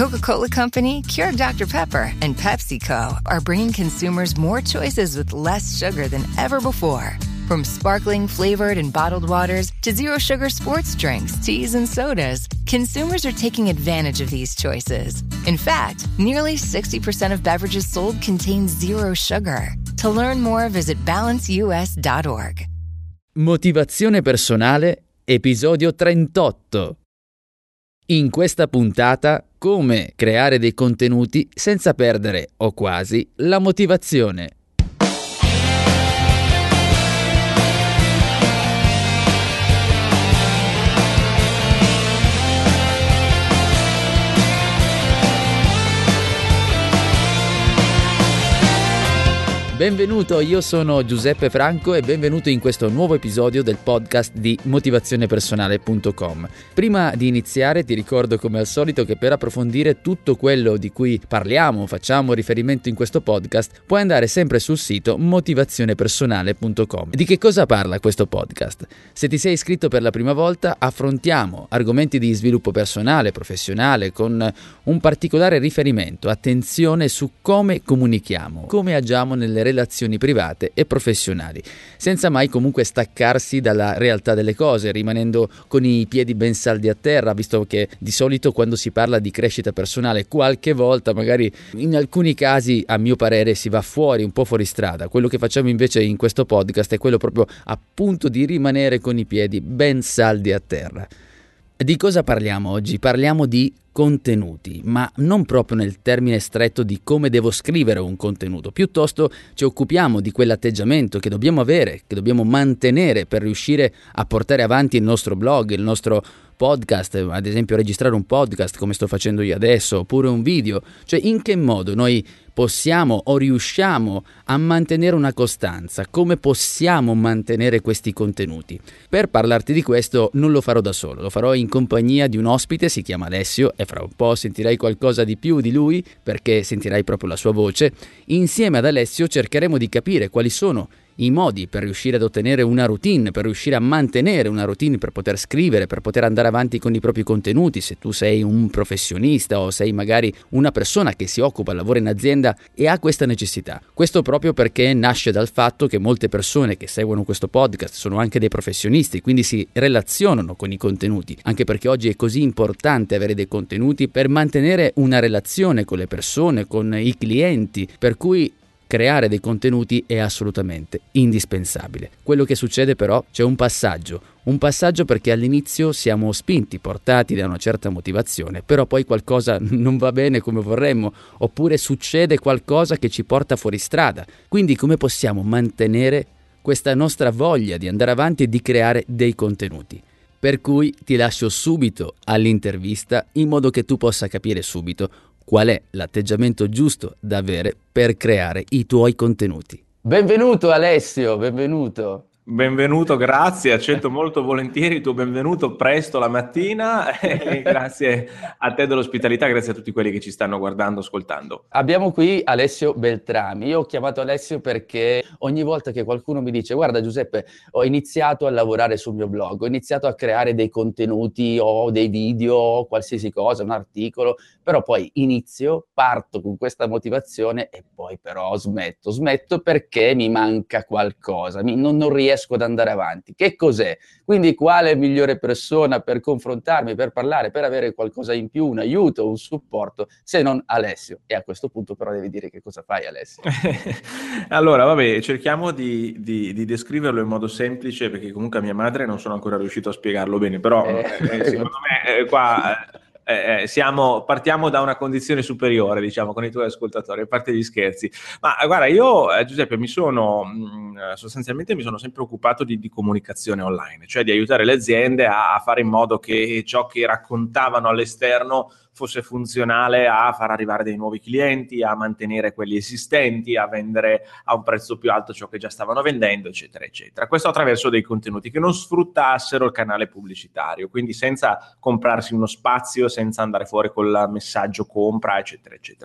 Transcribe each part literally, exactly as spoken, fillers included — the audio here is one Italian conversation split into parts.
Coca-Cola Company, Keurig Doctor Pepper, and PepsiCo are bringing consumers more choices with less sugar than ever before. From sparkling, flavored, and bottled waters to zero-sugar sports drinks, teas, and sodas, consumers are taking advantage of these choices. In fact, nearly sixty percent of beverages sold contain zero sugar. To learn more, visit balance u s dot org. Motivazione personale, episodio trentotto. In questa puntata, come creare dei contenuti senza perdere, o quasi, la motivazione. Benvenuto, io sono Giuseppe Franco e benvenuto in questo nuovo episodio del podcast di motivazione personale punto com. Prima di iniziare ti ricordo come al solito che per approfondire tutto quello di cui parliamo, facciamo riferimento in questo podcast, puoi andare sempre sul sito motivazione personale punto com. Di che cosa parla questo podcast? Se ti sei iscritto per la prima volta, affrontiamo argomenti di sviluppo personale, professionale, con un particolare riferimento, attenzione su come comunichiamo, come agiamo nelle relazioni relazioni private e professionali, senza mai comunque staccarsi dalla realtà delle cose, rimanendo con i piedi ben saldi a terra, visto che di solito quando si parla di crescita personale qualche volta, magari in alcuni casi a mio parere si va fuori, un po' fuori strada. Quello che facciamo invece in questo podcast è quello proprio appunto di rimanere con i piedi ben saldi a terra. Di cosa parliamo oggi? Parliamo di contenuti, ma non proprio nel termine stretto di come devo scrivere un contenuto, piuttosto ci occupiamo di quell'atteggiamento che dobbiamo avere, che dobbiamo mantenere per riuscire a portare avanti il nostro blog, il nostro podcast, ad esempio registrare un podcast come sto facendo io adesso, oppure un video. Cioè, in che modo noi possiamo o riusciamo a mantenere una costanza, come possiamo mantenere questi contenuti. Per parlarti di questo non lo farò da solo, lo farò in compagnia di un ospite, si chiama Alessio e fra un po' sentirai qualcosa di più di lui perché sentirai proprio la sua voce. Insieme ad Alessio cercheremo di capire quali sono i modi per riuscire ad ottenere una routine, per riuscire a mantenere una routine, per poter scrivere, per poter andare avanti con i propri contenuti. Se tu sei un professionista o sei magari una persona che si occupa, lavora in azienda e ha questa necessità. Questo proprio perché nasce dal fatto che molte persone che seguono questo podcast sono anche dei professionisti, quindi si relazionano con i contenuti, anche perché oggi è così importante avere dei contenuti per mantenere una relazione con le persone, con i clienti, per cui creare dei contenuti è assolutamente indispensabile. Quello che succede però, c'è un passaggio, un passaggio perché all'inizio siamo spinti, portati da una certa motivazione, però poi qualcosa non va bene come vorremmo, oppure succede qualcosa che ci porta fuori strada. Quindi come possiamo mantenere questa nostra voglia di andare avanti e di creare dei contenuti? Per cui ti lascio subito all'intervista in modo che tu possa capire subito qual è l'atteggiamento giusto da avere per creare i tuoi contenuti. Benvenuto Alessio, benvenuto. Benvenuto, grazie, accetto molto volentieri il tuo benvenuto presto la mattina e grazie a te dell'ospitalità, grazie a tutti quelli che ci stanno guardando, ascoltando. Abbiamo qui Alessio Beltrami. Io ho chiamato Alessio perché ogni volta che qualcuno mi dice guarda Giuseppe, ho iniziato a lavorare sul mio blog, ho iniziato a creare dei contenuti o dei video o qualsiasi cosa, un articolo, però poi inizio, parto con questa motivazione e poi però smetto, smetto perché mi manca qualcosa, mi, non, non riesco riesco ad andare avanti. Che cos'è? Quindi quale migliore persona per confrontarmi, per parlare, per avere qualcosa in più, un aiuto, un supporto, se non Alessio? E a questo punto però devi dire che cosa fai, Alessio. Allora, vabbè, cerchiamo di, di, di descriverlo in modo semplice, perché comunque a mia madre non sono ancora riuscito a spiegarlo bene, però eh, eh, secondo me eh, qua... Eh, siamo, partiamo da una condizione superiore, diciamo, con i tuoi ascoltatori, a parte gli scherzi. Ma guarda, io eh, Giuseppe mi sono mh, sostanzialmente mi sono sempre occupato di, di comunicazione online, cioè di aiutare le aziende a, a fare in modo che ciò che raccontavano all'esterno fosse funzionale a far arrivare dei nuovi clienti, a mantenere quelli esistenti, a vendere a un prezzo più alto ciò che già stavano vendendo, eccetera, eccetera. Questo attraverso dei contenuti che non sfruttassero il canale pubblicitario, quindi senza comprarsi uno spazio, senza andare fuori col messaggio compra, eccetera, eccetera.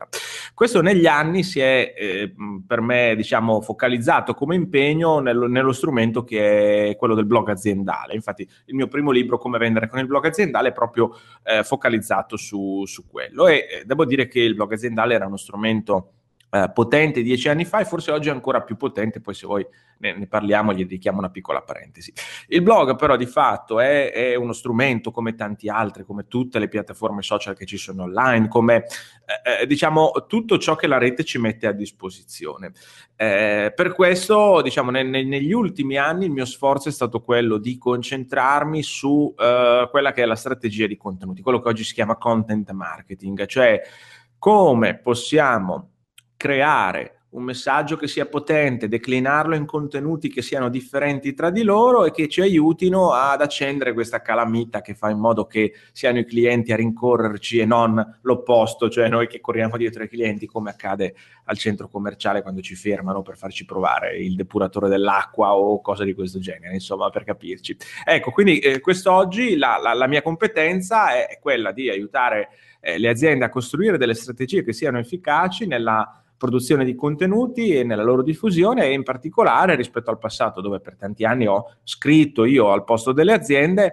Questo negli anni si è eh, per me, diciamo, focalizzato come impegno nello, nello strumento che è quello del blog aziendale. Infatti il mio primo libro, Come vendere con il blog aziendale, è proprio eh, focalizzato su, su quello, e eh, devo dire che il blog aziendale era uno strumento eh, potente dieci anni fa, e forse oggi è ancora più potente. Poi se vuoi ne, ne parliamo, gli dedichiamo una piccola parentesi. Il blog però di fatto è, è uno strumento come tanti altri, come tutte le piattaforme social che ci sono online, come eh, diciamo tutto ciò che la rete ci mette a disposizione. Eh, per questo, diciamo, ne, ne, negli ultimi anni il mio sforzo è stato quello di concentrarmi su eh, quella che è la strategia di contenuti, quello che oggi si chiama content marketing, cioè come possiamo creare un messaggio che sia potente, declinarlo in contenuti che siano differenti tra di loro e che ci aiutino ad accendere questa calamita che fa in modo che siano i clienti a rincorrerci e non l'opposto, cioè noi che corriamo dietro ai clienti, come accade al centro commerciale quando ci fermano per farci provare il depuratore dell'acqua o cose di questo genere, insomma, per capirci. Ecco, quindi eh, quest'oggi la, la, la mia competenza è, è quella di aiutare eh, le aziende a costruire delle strategie che siano efficaci nella produzione di contenuti e nella loro diffusione, e in particolare rispetto al passato, dove per tanti anni ho scritto io al posto delle aziende,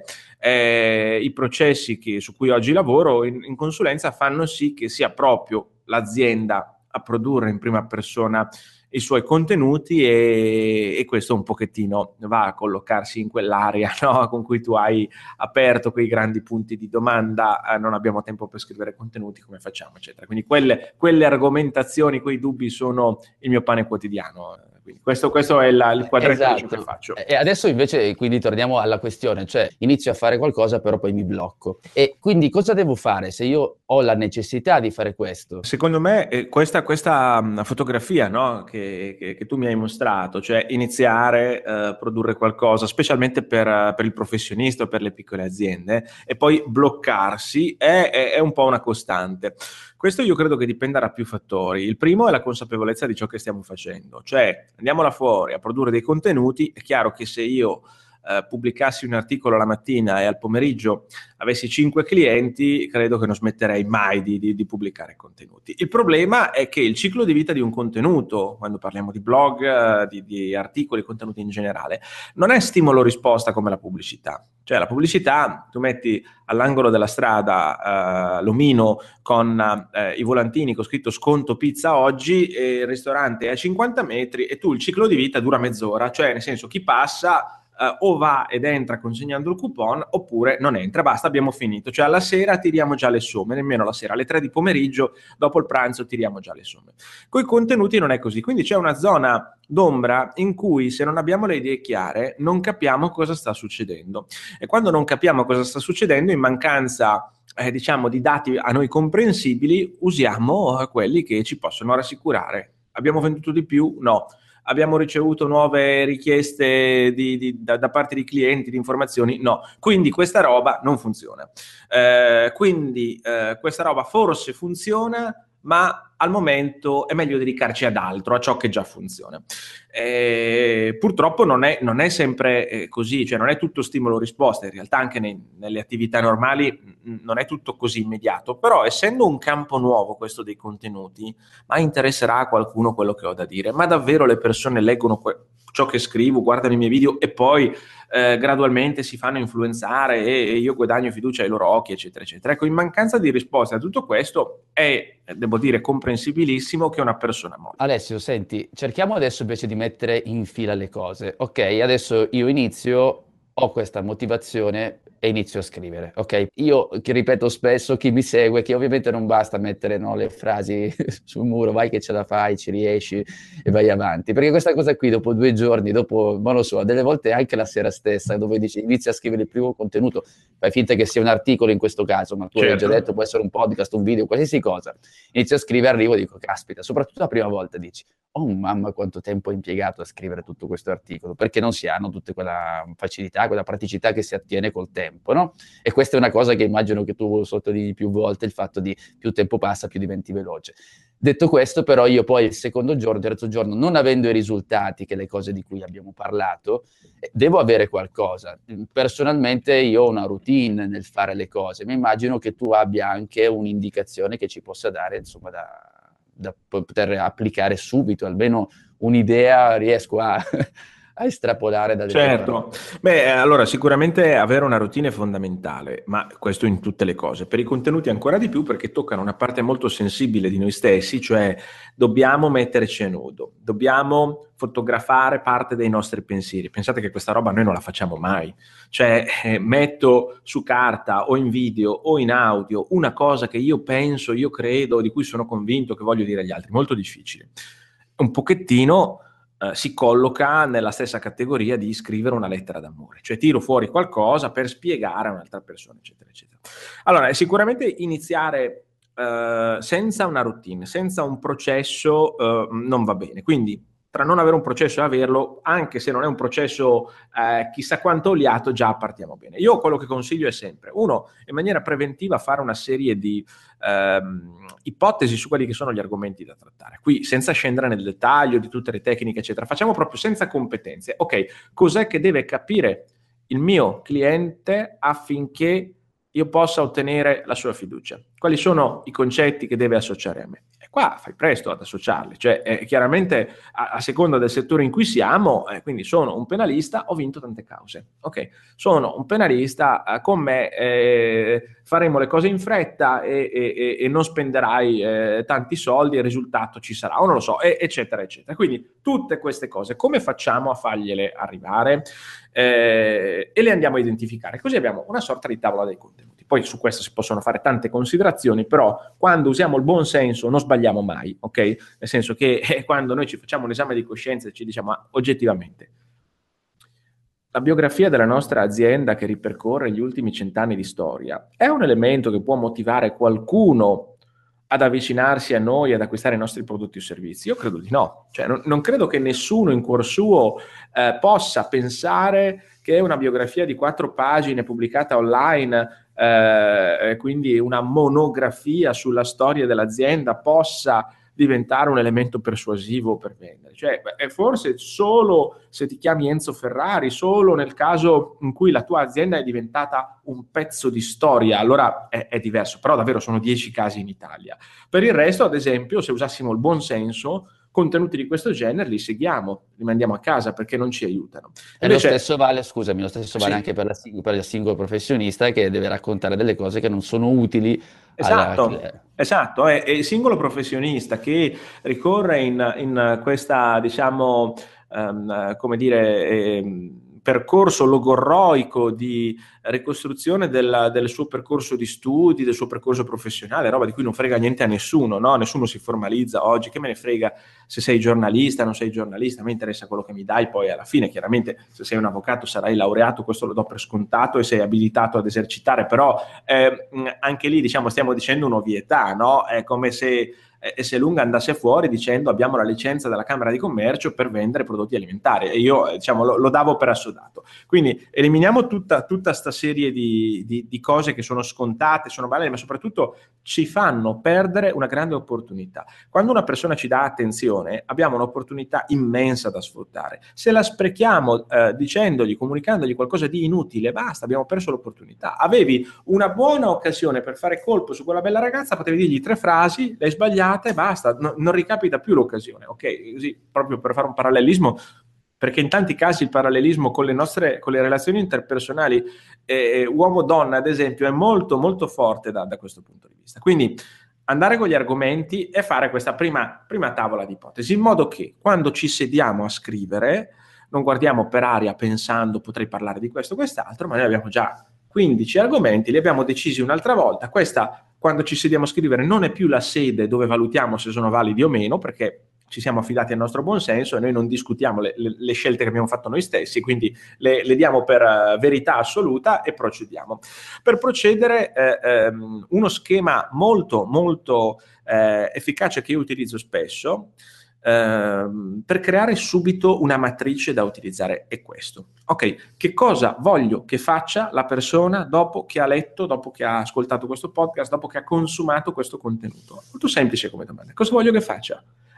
eh, i processi che, su cui oggi lavoro in, in consulenza fanno sì che sia proprio l'azienda a produrre in prima persona i suoi contenuti, e, e questo un pochettino va a collocarsi in quell'area, no? Con cui tu hai aperto quei grandi punti di domanda, eh, non abbiamo tempo per scrivere contenuti, come facciamo, eccetera. Quindi quelle, quelle argomentazioni, quei dubbi sono il mio pane quotidiano. Quindi questo, questo è la, il quadretto esatto. di ciò che faccio. E adesso invece quindi torniamo alla questione, cioè inizio a fare qualcosa però poi mi blocco. E quindi cosa devo fare se io ho la necessità di fare questo? Secondo me eh, questa, questa um, fotografia, no, che, che, che tu mi hai mostrato, cioè iniziare a uh, produrre qualcosa, specialmente per, uh, per il professionista o per le piccole aziende, e poi bloccarsi, è, è, è un po' una costante. Questo io credo che dipenda da più fattori. Il primo è la consapevolezza di ciò che stiamo facendo, cioè andiamo là fuori a produrre dei contenuti. È chiaro che se io eh, pubblicassi un articolo la mattina e al pomeriggio avessi cinque clienti, credo che non smetterei mai di, di, di pubblicare contenuti. Il problema è che il ciclo di vita di un contenuto, quando parliamo di blog, eh, di, di articoli, contenuti in generale, non è stimolo-risposta come la pubblicità. Cioè la pubblicità, tu metti all'angolo della strada eh, l'omino con eh, i volantini con scritto sconto pizza oggi, e il ristorante è a cinquanta metri, e tu il ciclo di vita dura mezz'ora, cioè nel senso chi passa eh, o va ed entra consegnando il coupon oppure non entra, basta, abbiamo finito. Cioè alla sera tiriamo già le somme, nemmeno la sera, alle tre di pomeriggio dopo il pranzo tiriamo già le somme. Con i contenuti non è così, quindi c'è una zona d'ombra in cui, se non abbiamo le idee chiare, non capiamo cosa sta succedendo, e quando non capiamo cosa sta succedendo, in mancanza eh, diciamo di dati a noi comprensibili, usiamo eh, quelli che ci possono rassicurare. Abbiamo venduto di più? No. Abbiamo ricevuto nuove richieste di, di, da, da parte di clienti, di informazioni? No. Quindi questa roba non funziona. Eh, quindi eh, questa roba forse funziona, ma al momento è meglio dedicarci ad altro, a ciò che già funziona. Eh, purtroppo non è, non è sempre eh, così, cioè non è tutto stimolo-risposta, in realtà anche nei, nelle attività normali mh, non è tutto così immediato, però essendo un campo nuovo questo dei contenuti, ma interesserà a qualcuno quello che ho da dire, ma davvero le persone leggono que- ciò che scrivo, guardano i miei video e poi eh, gradualmente si fanno influenzare e, e io guadagno fiducia ai loro occhi, eccetera, eccetera. Ecco, in mancanza di risposta a tutto questo è, devo dire, comprensibilissimo che una persona molli. Alessio, senti, cerchiamo adesso invece di mettere in fila le cose. Ok, adesso io inizio, ho questa motivazione e inizio a scrivere, ok? Io che ripeto spesso, chi mi segue, che ovviamente non basta mettere, no, le frasi sul muro, vai che ce la fai, ci riesci e vai avanti, perché questa cosa qui dopo due giorni, dopo, non lo so, delle volte anche la sera stessa, dove dici inizia a scrivere il primo contenuto, fai finta che sia un articolo in questo caso, ma tu certo. Hai già detto, può essere un podcast, un video, qualsiasi cosa, inizio a scrivere, arrivo e dico, caspita, soprattutto la prima volta dici, oh mamma quanto tempo ho impiegato a scrivere tutto questo articolo, perché non si hanno tutte quella facilità, quella praticità che si ottiene col tempo, no? E questa è una cosa che immagino che tu sottolinei più volte, il fatto di più tempo passa, più diventi veloce. Detto questo, però, io poi il secondo giorno, il terzo giorno, non avendo i risultati, che le cose di cui abbiamo parlato, devo avere qualcosa. Personalmente io ho una routine nel fare le cose, ma immagino che tu abbia anche un'indicazione che ci possa dare, insomma, da... da poter applicare subito, almeno un'idea riesco a, a estrapolare dalle Certo, beh, allora sicuramente avere una routine è fondamentale, ma questo in tutte le cose. Per i contenuti ancora di più, perché toccano una parte molto sensibile di noi stessi, cioè dobbiamo metterci a nudo, dobbiamo fotografare parte dei nostri pensieri. Pensate che questa roba noi non la facciamo mai, cioè eh, metto su carta o in video o in audio una cosa che io penso, io credo, di cui sono convinto, che voglio dire agli altri, molto difficile. Un pochettino eh, si colloca nella stessa categoria di scrivere una lettera d'amore, cioè tiro fuori qualcosa per spiegare a un'altra persona, eccetera, eccetera. Allora, sicuramente iniziare eh, senza una routine, senza un processo eh, non va bene, quindi tra non avere un processo e averlo, anche se non è un processo eh, chissà quanto oliato, già partiamo bene. Io quello che consiglio è sempre, uno, in maniera preventiva fare una serie di ehm, ipotesi su quelli che sono gli argomenti da trattare. Qui, senza scendere nel dettaglio di tutte le tecniche, eccetera, facciamo proprio senza competenze. Ok, cos'è che deve capire il mio cliente affinché io possa ottenere la sua fiducia? Quali sono i concetti che deve associare a me? E qua fai presto ad associarli, cioè eh, chiaramente a, a seconda del settore in cui siamo, eh, quindi sono un penalista, ho vinto tante cause, ok, sono un penalista, eh, con me eh, faremo le cose in fretta e, e, e non spenderai eh, tanti soldi, il risultato ci sarà, o non lo so, e, eccetera, eccetera. Quindi tutte queste cose, come facciamo a fargliele arrivare? Eh, e le andiamo a identificare, così abbiamo una sorta di tavola dei contenuti. Poi su questo si possono fare tante considerazioni, però quando usiamo il buon senso non sbagliamo mai, ok? Nel senso che eh, quando noi ci facciamo un esame di coscienza e ci diciamo ah, oggettivamente la biografia della nostra azienda che ripercorre gli ultimi cent'anni di storia è un elemento che può motivare qualcuno ad avvicinarsi a noi, ad acquistare i nostri prodotti o servizi? Io credo di no. Cioè, non, non credo che nessuno in cuor suo eh, possa pensare che una biografia di quattro pagine pubblicata online, eh, quindi una monografia sulla storia dell'azienda, possa diventare un elemento persuasivo per vendere. Cioè, è forse solo se ti chiami Enzo Ferrari, solo nel caso in cui la tua azienda è diventata un pezzo di storia, allora è, è diverso, però davvero sono dieci casi in Italia. Per il resto, ad esempio, se usassimo il buon senso, contenuti di questo genere li seguiamo, li mandiamo a casa perché non ci aiutano. E Invece, lo stesso vale, scusami, lo stesso vale sì. anche per, la, per il singolo professionista che deve raccontare delle cose che non sono utili. Esatto, alla... esatto. È, è il singolo professionista che ricorre in, in questa, diciamo, um, come dire, eh, percorso logorroico di ricostruzione del, del suo percorso di studi, del suo percorso professionale, roba di cui non frega niente a nessuno, no? Nessuno si formalizza oggi, che me ne frega se sei giornalista, non sei giornalista, a me interessa quello che mi dai, poi alla fine chiaramente se sei un avvocato sarai laureato, questo lo do per scontato e sei abilitato ad esercitare, però eh, anche lì diciamo stiamo dicendo un'ovvietà, no? È come se e se Lunga andasse fuori dicendo abbiamo la licenza della Camera di Commercio per vendere prodotti alimentari e io diciamo lo, lo davo per assodato. Quindi eliminiamo tutta tutta sta serie di, di, di cose che sono scontate, sono banali, ma soprattutto ci fanno perdere una grande opportunità. Quando una persona ci dà attenzione abbiamo un'opportunità immensa da sfruttare. Se la sprechiamo eh, dicendogli, comunicandogli qualcosa di inutile, basta, abbiamo perso l'opportunità. Avevi una buona occasione per fare colpo su quella bella ragazza, potevi dirgli tre frasi, l'hai sbagliata e basta, no, non ricapita più l'occasione, ok? Così, proprio per fare un parallelismo, perché in tanti casi il parallelismo con le nostre, con le relazioni interpersonali eh, uomo-donna, ad esempio, è molto molto forte da, da questo punto di vista. Quindi andare con gli argomenti e fare questa prima, prima tavola di ipotesi, in modo che quando ci sediamo a scrivere non guardiamo per aria pensando potrei parlare di questo o quest'altro, ma noi abbiamo già quindici argomenti, li abbiamo decisi un'altra volta. Questa, quando ci sediamo a scrivere, non è più la sede dove valutiamo se sono validi o meno, perché ci siamo affidati al nostro buon senso e noi non discutiamo le, le, le scelte che abbiamo fatto noi stessi, quindi le, le diamo per uh, verità assoluta e procediamo. Per procedere, eh, ehm, uno schema molto, molto eh, efficace che io utilizzo spesso, Uh, per creare subito una matrice da utilizzare è questo. Ok, che cosa voglio che faccia la persona dopo che ha letto, dopo che ha ascoltato questo podcast, dopo che ha consumato questo contenuto? Molto semplice come domanda. Cosa voglio che faccia?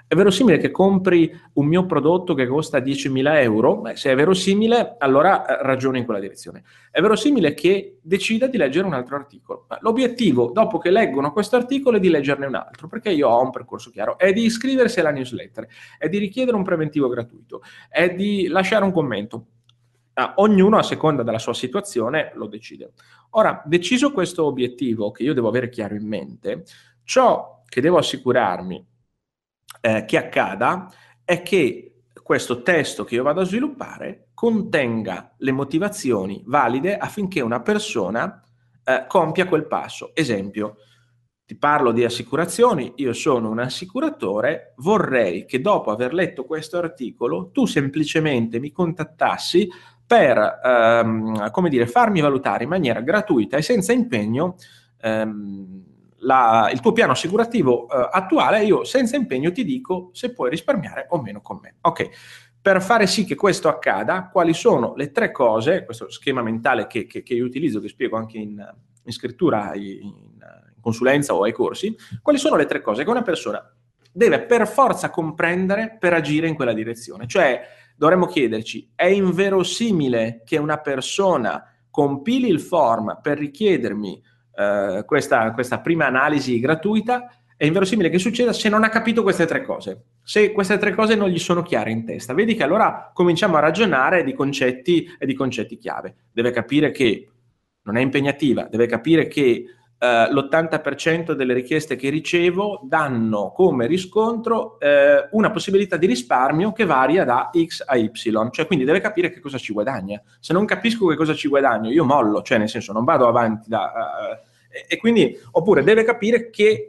È verosimile che compri un mio prodotto che costa diecimila euro? Beh, se è verosimile, allora eh, ragiona in quella direzione. È verosimile che decida di leggere un altro articolo. L'obiettivo, dopo che leggono questo articolo, è di leggerne un altro, perché io ho un percorso chiaro. È di iscriversi alla newsletter, è di richiedere un preventivo gratuito, è di lasciare un commento. Ah, ognuno a seconda della sua situazione lo decide. Ora, deciso questo obiettivo che io devo avere chiaro in mente, ciò che devo assicurarmi eh, che accada è che questo testo che io vado a sviluppare contenga le motivazioni valide affinché una persona eh, compia quel passo. Esempio, ti parlo di assicurazioni, io sono un assicuratore, vorrei che dopo aver letto questo articolo tu semplicemente mi contattassi per ehm, come dire, farmi valutare in maniera gratuita e senza impegno ehm, la, il tuo piano assicurativo eh, attuale. Io senza impegno ti dico se puoi risparmiare o meno con me. Ok, per fare sì che questo accada, quali sono le tre cose, questo schema mentale che, che, che io utilizzo, che spiego anche in, in scrittura, in, in consulenza o ai corsi, quali sono le tre cose che una persona deve per forza comprendere per agire in quella direzione? Cioè, dovremmo chiederci, è inverosimile che una persona compili il form per richiedermi eh, questa, questa prima analisi gratuita? È inverosimile che succeda se non ha capito queste tre cose, se queste tre cose non gli sono chiare in testa. Vedi che allora cominciamo a ragionare di concetti e di concetti chiave. Deve capire che non è impegnativa, deve capire che Uh, l'ottanta per cento delle richieste che ricevo danno come riscontro uh, una possibilità di risparmio che varia da X a Y, cioè quindi deve capire che cosa ci guadagna. Se non capisco che cosa ci guadagno, io mollo, cioè nel senso non vado avanti da, uh, e, e quindi, oppure deve capire che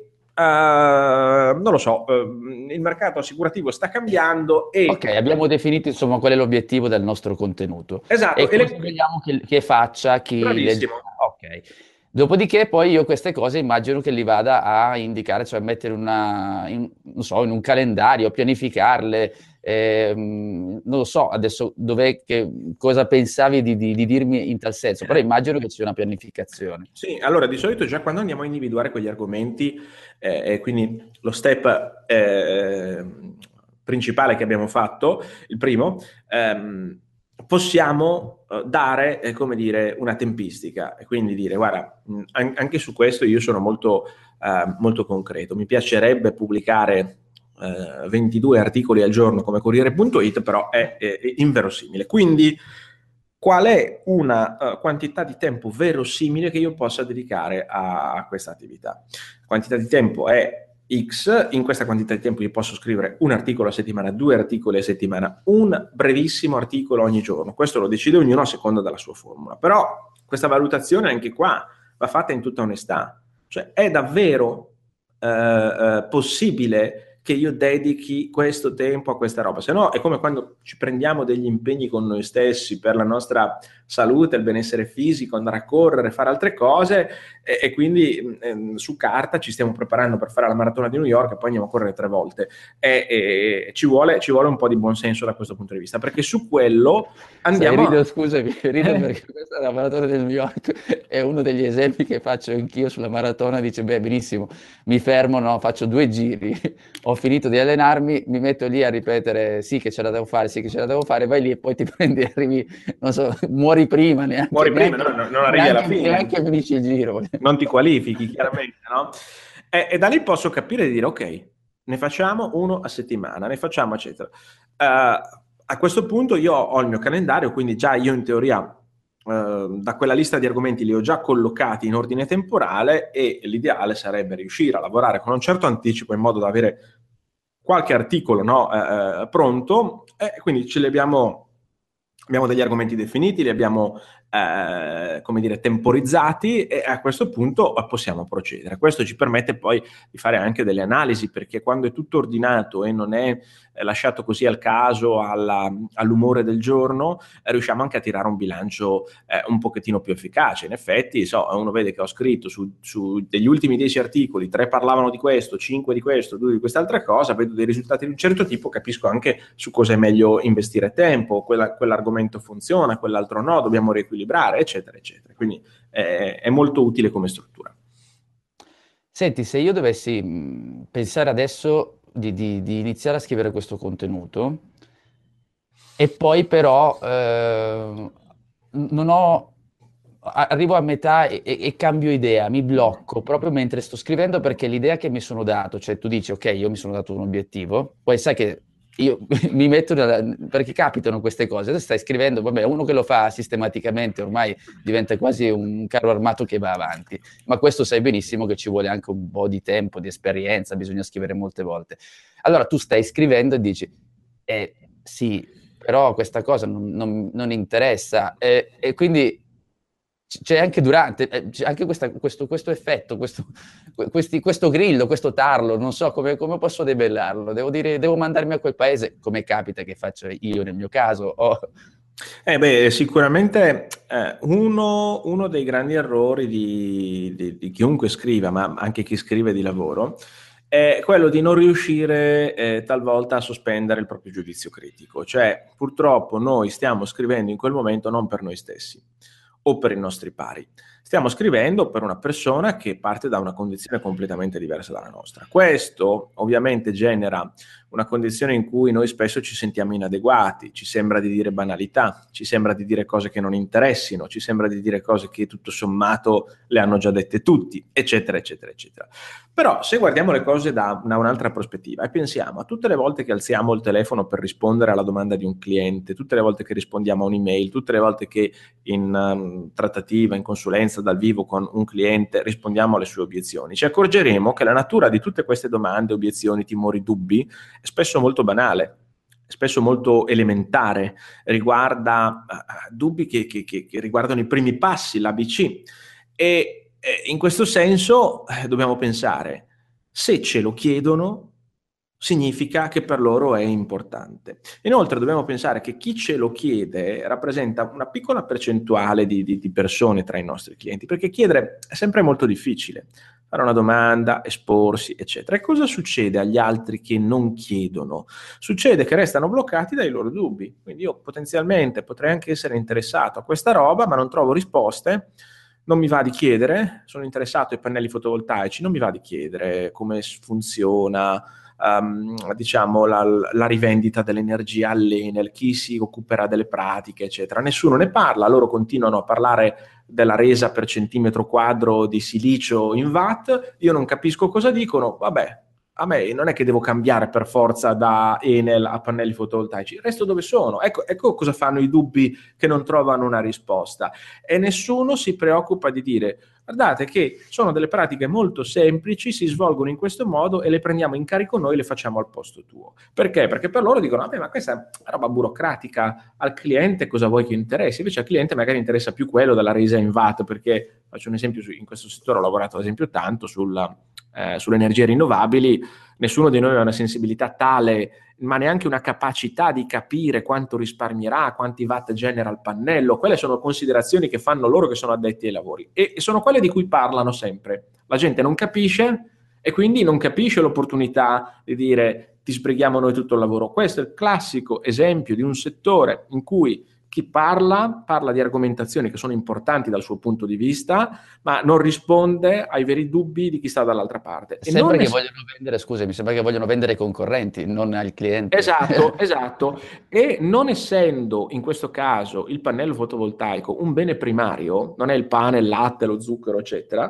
Uh, non lo so, uh, il mercato assicurativo sta cambiando e... Ok, abbiamo definito insomma qual è l'obiettivo del nostro contenuto. Esatto. E cosa le... vogliamo che, che faccia chi Bravissimo. legge. Ok. Dopodiché poi io queste cose immagino che li vada a indicare, cioè mettere una, in, non so, in un calendario, pianificarle, ehm, non lo so adesso dov'è che, cosa pensavi di, di, di dirmi in tal senso, però immagino che ci sia una pianificazione. Sì, allora di solito già quando andiamo a individuare quegli argomenti, eh, e quindi lo step eh, principale che abbiamo fatto, il primo, ehm, possiamo eh, dare, eh, come dire, una tempistica e quindi dire, guarda, mh, an- anche su questo io sono molto, eh, molto concreto. Mi piacerebbe pubblicare eh, ventidue articoli al giorno come Corriere punto it, però è, è, è inverosimile. Quindi qual è una uh, quantità di tempo verosimile che io possa dedicare a, a questa attività? La quantità di tempo è X, in questa quantità di tempo io posso scrivere un articolo a settimana, due articoli a settimana, un brevissimo articolo ogni giorno. Questo lo decide ognuno a seconda della sua formula. Però questa valutazione anche qua va fatta in tutta onestà. Cioè, è davvero eh, eh, possibile che io dedichi questo tempo a questa roba? Se no è come quando ci prendiamo degli impegni con noi stessi per la nostra salute, il benessere fisico, andare a correre, fare altre cose e, e quindi eh, su carta ci stiamo preparando per fare la maratona di New York e poi andiamo a correre tre volte e, e ci, vuole, ci vuole un po' di buonsenso da questo punto di vista, perché su quello andiamo... Sai, rido, scusami, rido eh. perché questa è la maratona del New York, è uno degli esempi che faccio anch'io sulla maratona. Dice, beh, benissimo, mi fermo, no, faccio due giri, ho finito di allenarmi, mi metto lì a ripetere sì che ce la devo fare, sì che ce la devo fare, vai lì e poi ti prendi e arrivi, non so, muori prima, neanche, muori prima, neanche, no, no, non arrivi alla fine, neanche finisci il giro, non ti qualifichi chiaramente, no? E, e da lì posso capire e dire ok, ne facciamo uno a settimana, ne facciamo eccetera. Uh, a questo punto io ho il mio calendario, quindi già io in teoria uh, da quella lista di argomenti li ho già collocati in ordine temporale e l'ideale sarebbe riuscire a lavorare con un certo anticipo in modo da avere qualche articolo, no, eh, pronto, e quindi ce li abbiamo, abbiamo degli argomenti definiti, li abbiamo eh, come dire, temporizzati e a questo punto possiamo procedere. Questo ci permette poi di fare anche delle analisi, perché quando è tutto ordinato e non è lasciato così al caso, alla, all'umore del giorno, eh, riusciamo anche a tirare un bilancio eh, un pochettino più efficace. In effetti, so, uno vede che ho scritto su, su degli ultimi dieci articoli, tre parlavano di questo, cinque di questo, due di quest'altra cosa, vedo dei risultati di un certo tipo, capisco anche su cosa è meglio investire tempo, quella, quell'argomento funziona, quell'altro no, dobbiamo riequilibrare, eccetera, eccetera. Quindi eh, è molto utile come struttura. Senti, se io dovessi mh, pensare adesso di, di- di iniziare a scrivere questo contenuto e poi però eh, non ho, a- arrivo a metà e, e- e cambio idea, mi blocco proprio mentre sto scrivendo perché l'idea che mi sono dato, cioè tu dici ok, io mi sono dato un obiettivo, poi sai che io mi metto nella- perché capitano queste cose, adesso stai scrivendo, vabbè, uno che lo fa sistematicamente ormai diventa quasi un carro armato che va avanti, ma questo sai benissimo che ci vuole anche un po' di tempo, di esperienza, bisogna scrivere molte volte. Allora tu stai scrivendo e dici, eh, sì, però questa cosa non, non- non interessa. E, e quindi c- c'è anche durante, eh, c'è anche questa- questo, questo effetto, questo, que- questi- questo grillo, questo tarlo, non so come, come posso debellarlo. Devo dire, devo mandarmi a quel paese, come capita che faccio io nel mio caso. o- Eh beh, sicuramente eh, uno, uno dei grandi errori di, di- di chiunque scriva, ma anche chi scrive di lavoro, è quello di non riuscire eh, talvolta a sospendere il proprio giudizio critico. Cioè, purtroppo noi stiamo scrivendo in quel momento non per noi stessi o per i nostri pari. Stiamo scrivendo per una persona che parte da una condizione completamente diversa dalla nostra. Questo ovviamente genera una condizione in cui noi spesso ci sentiamo inadeguati, ci sembra di dire banalità, ci sembra di dire cose che non interessino, ci sembra di dire cose che tutto sommato le hanno già dette tutti, eccetera, eccetera, eccetera. Però se guardiamo le cose da, da un'altra prospettiva e pensiamo a tutte le volte che alziamo il telefono per rispondere alla domanda di un cliente, tutte le volte che rispondiamo a un'email, tutte le volte che in um, trattativa, in consulenza dal vivo con un cliente rispondiamo alle sue obiezioni, ci accorgeremo che la natura di tutte queste domande, obiezioni, timori, dubbi è spesso molto banale, è spesso molto elementare, riguarda uh, dubbi che, che, che, che riguardano i primi passi, l'A B C. E eh, in questo senso eh, dobbiamo pensare, se ce lo chiedono, significa che per loro è importante. Inoltre dobbiamo pensare che chi ce lo chiede rappresenta una piccola percentuale di, di, di persone tra i nostri clienti, perché chiedere è sempre molto difficile. Fare una domanda, esporsi, eccetera. E cosa succede agli altri che non chiedono? Succede che restano bloccati dai loro dubbi. Quindi io potenzialmente potrei anche essere interessato a questa roba, ma non trovo risposte. Non mi va di chiedere, sono interessato ai pannelli fotovoltaici, non mi va di chiedere come funziona, um, diciamo, la, la rivendita dell'energia all'Enel, chi si occuperà delle pratiche, eccetera. Nessuno ne parla, loro continuano a parlare della resa per centimetro quadro di silicio in watt, io non capisco cosa dicono, vabbè, a me non è che devo cambiare per forza da Enel a pannelli fotovoltaici, resto dove sono. Ecco, ecco cosa fanno i dubbi che non trovano una risposta. E nessuno si preoccupa di dire, guardate che sono delle pratiche molto semplici, si svolgono in questo modo e le prendiamo in carico noi e le facciamo al posto tuo. Perché? Perché per loro dicono, vabbè, ma questa è roba burocratica, al cliente cosa vuoi che interessi? Invece al cliente magari interessa più quello della resa in watt, perché faccio un esempio, in questo settore ho lavorato ad esempio tanto sulla, eh, sulle energie rinnovabili, nessuno di noi ha una sensibilità tale, ma neanche una capacità di capire quanto risparmierà, quanti watt genera il pannello. Quelle sono considerazioni che fanno loro che sono addetti ai lavori e, e sono quelle di cui parlano sempre. La gente non capisce e quindi non capisce l'opportunità di dire ti sbrighiamo noi tutto il lavoro. Questo è il classico esempio di un settore in cui chi parla, parla di argomentazioni che sono importanti dal suo punto di vista, ma non risponde ai veri dubbi di chi sta dall'altra parte. E Sembra non che es- vogliono vendere, scusami, sembra che vogliono vendere ai concorrenti, non al cliente. Esatto, esatto. E non essendo in questo caso il pannello fotovoltaico un bene primario, non è il pane, il latte, lo zucchero, eccetera,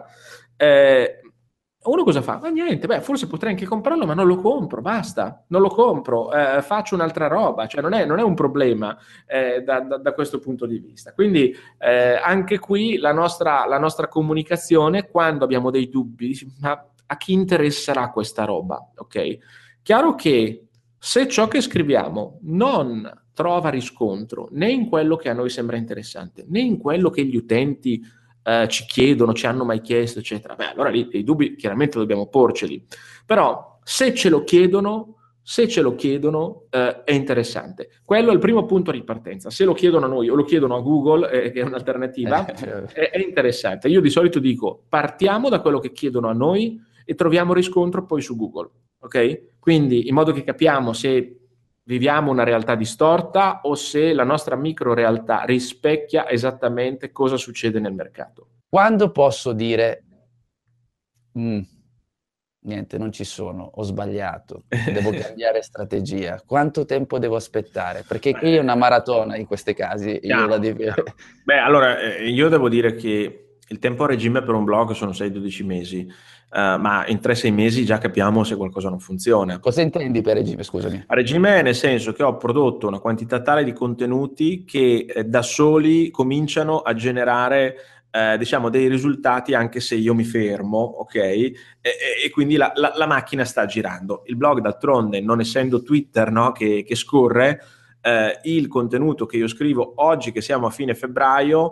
eh, uno cosa fa? Ma niente, beh, forse potrei anche comprarlo, ma non lo compro, basta, non lo compro, eh, faccio un'altra roba, cioè non è, non è un problema eh, da, da- da questo punto di vista. Quindi eh, anche qui la nostra, la nostra comunicazione, quando abbiamo dei dubbi, dici, ma a chi interesserà questa roba? Ok? Chiaro che se ciò che scriviamo non trova riscontro né in quello che a noi sembra interessante, né in quello che gli utenti eh, ci chiedono, ci hanno mai chiesto, eccetera, beh, allora lì i dubbi chiaramente dobbiamo porceli. Però se ce lo chiedono, se ce lo chiedono, eh, è interessante. Quello è il primo punto di partenza. Se lo chiedono a noi o lo chiedono a Google, eh, che è un'alternativa, è, è interessante. Io di solito dico, partiamo da quello che chiedono a noi e troviamo riscontro poi su Google. Ok? Quindi in modo che capiamo se viviamo una realtà distorta o se la nostra micro realtà rispecchia esattamente cosa succede nel mercato. Quando posso dire, "Mm, niente, non ci sono, ho sbagliato, devo cambiare strategia. Quanto tempo devo aspettare? Perché qui è una maratona in questi casi. Io Chiaro, la devo... Beh, allora, eh, io devo dire che il tempo a regime per un blog sono sei dodici mesi, uh, ma in tre sei mesi già capiamo se qualcosa non funziona. Cosa intendi per regime, scusami? A regime nel senso che ho prodotto una quantità tale di contenuti che eh, da soli cominciano a generare eh, diciamo dei risultati anche se io mi fermo, ok? E, e, e quindi la, la, la macchina sta girando. Il blog d'altronde, non essendo Twitter, no, che, che scorre, eh, il contenuto che io scrivo oggi che siamo a fine febbraio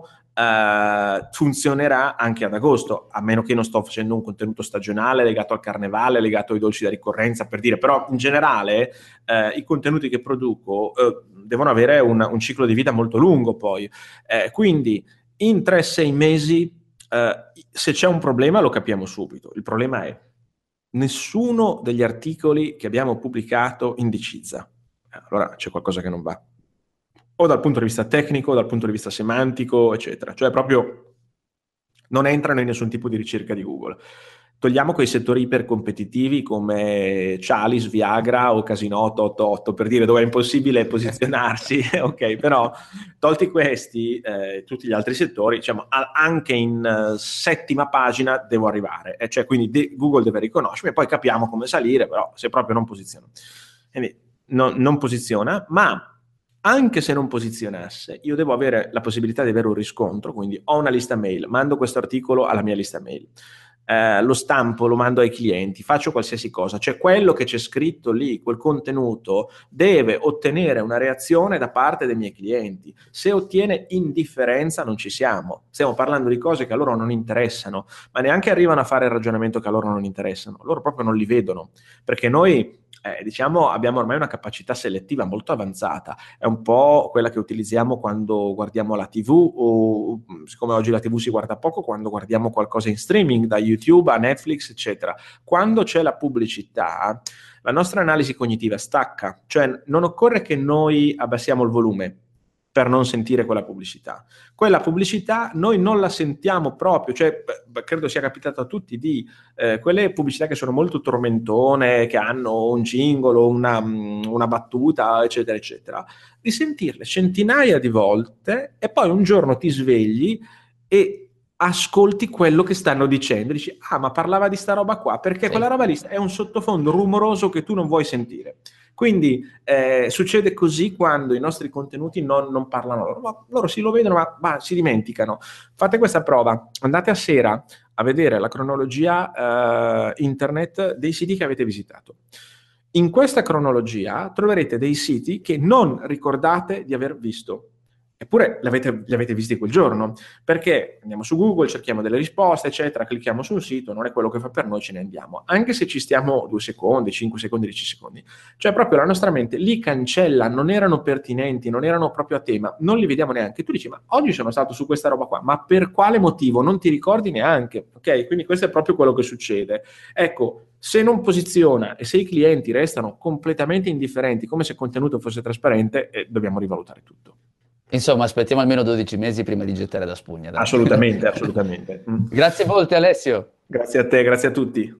Uh, funzionerà anche ad agosto, a meno che non sto facendo un contenuto stagionale legato al carnevale, legato ai dolci da ricorrenza, per dire, però in generale uh, i contenuti che produco uh, devono avere un, un ciclo di vita molto lungo poi, uh, quindi in tre sei mesi uh, se c'è un problema lo capiamo subito. Il problema è nessuno degli articoli che abbiamo pubblicato indicizza, allora c'è qualcosa che non va, o dal punto di vista tecnico, o dal punto di vista semantico, eccetera. Cioè proprio non entrano in nessun tipo di ricerca di Google. Togliamo quei settori ipercompetitivi come Chalice, Viagra o Casino otto otto otto, per dire, dove è impossibile posizionarsi, ok, però tolti questi, eh, tutti gli altri settori, diciamo, a- anche in uh, settima pagina devo arrivare, eh, cioè quindi de- Google deve riconoscermi e poi capiamo come salire, però se proprio non posiziona. Quindi no, non posiziona, ma anche se non posizionasse, io devo avere la possibilità di avere un riscontro, quindi ho una lista mail, mando questo articolo alla mia lista mail, eh, lo stampo, lo mando ai clienti, faccio qualsiasi cosa, cioè quello che c'è scritto lì, quel contenuto, deve ottenere una reazione da parte dei miei clienti. Se ottiene indifferenza non ci siamo, stiamo parlando di cose che a loro non interessano, ma neanche arrivano a fare il ragionamento che a loro non interessano, loro proprio non li vedono, perché noi Eh, diciamo abbiamo ormai una capacità selettiva molto avanzata, è un po' quella che utilizziamo quando guardiamo la tivù, o siccome oggi la tivù si guarda poco, quando guardiamo qualcosa in streaming, da YouTube a Netflix, eccetera. Quando c'è la pubblicità, la nostra analisi cognitiva stacca, cioè non occorre che noi abbassiamo il volume per non sentire quella pubblicità. Quella pubblicità noi non la sentiamo proprio, cioè beh, credo sia capitato a tutti di eh, quelle pubblicità che sono molto tormentone, che hanno un jingle, una, una battuta, eccetera, eccetera, di sentirle centinaia di volte e poi un giorno ti svegli e ascolti quello che stanno dicendo, dici, ah, ma parlava di sta roba qua, perché Sì. quella roba lì è un sottofondo rumoroso che tu non vuoi sentire. Quindi eh, succede così quando i nostri contenuti non, non parlano loro, ma loro si lo vedono ma, ma si dimenticano. Fate questa prova, andate a sera a vedere la cronologia eh, internet dei siti che avete visitato. In questa cronologia troverete dei siti che non ricordate di aver visto. Eppure li avete, li avete visti quel giorno, perché andiamo su Google, cerchiamo delle risposte, eccetera, clicchiamo su un sito, non è quello che fa per noi, ce ne andiamo. Anche se ci stiamo due secondi, cinque secondi, dieci secondi. Cioè proprio la nostra mente li cancella, non erano pertinenti, non erano proprio a tema, non li vediamo neanche. Tu dici, ma oggi sono stato su questa roba qua, ma per quale motivo? Non ti ricordi neanche, ok? Quindi questo è proprio quello che succede. Ecco, se non posiziona e se i clienti restano completamente indifferenti, come se il contenuto fosse trasparente, eh, dobbiamo rivalutare tutto. Insomma, aspettiamo almeno dodici mesi prima di gettare la spugna. Dai. Assolutamente, assolutamente. Mm. Grazie molte, Alessio. Grazie a te, grazie a tutti.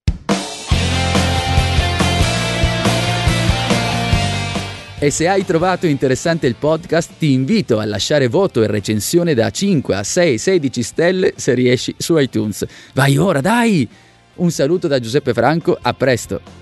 E se hai trovato interessante il podcast, ti invito a lasciare voto e recensione da cinque a sei, sedici stelle se riesci su iTunes. Vai ora, dai! Un saluto da Giuseppe Franco, a presto!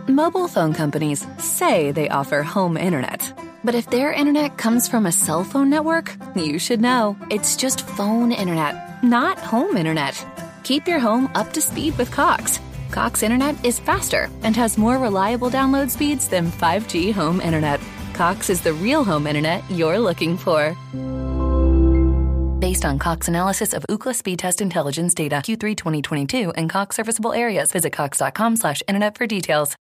Mobile phone companies say they offer home internet. But if their internet comes from a cell phone network, you should know. It's just phone internet, not home internet. Keep your home up to speed with Cox. Cox internet is faster and has more reliable download speeds than five G home internet. Cox is the real home internet you're looking for. Based on Cox analysis of Ookla speed test intelligence data Q three twenty twenty-two and Cox serviceable areas. Visit cox dot com slash internet for details.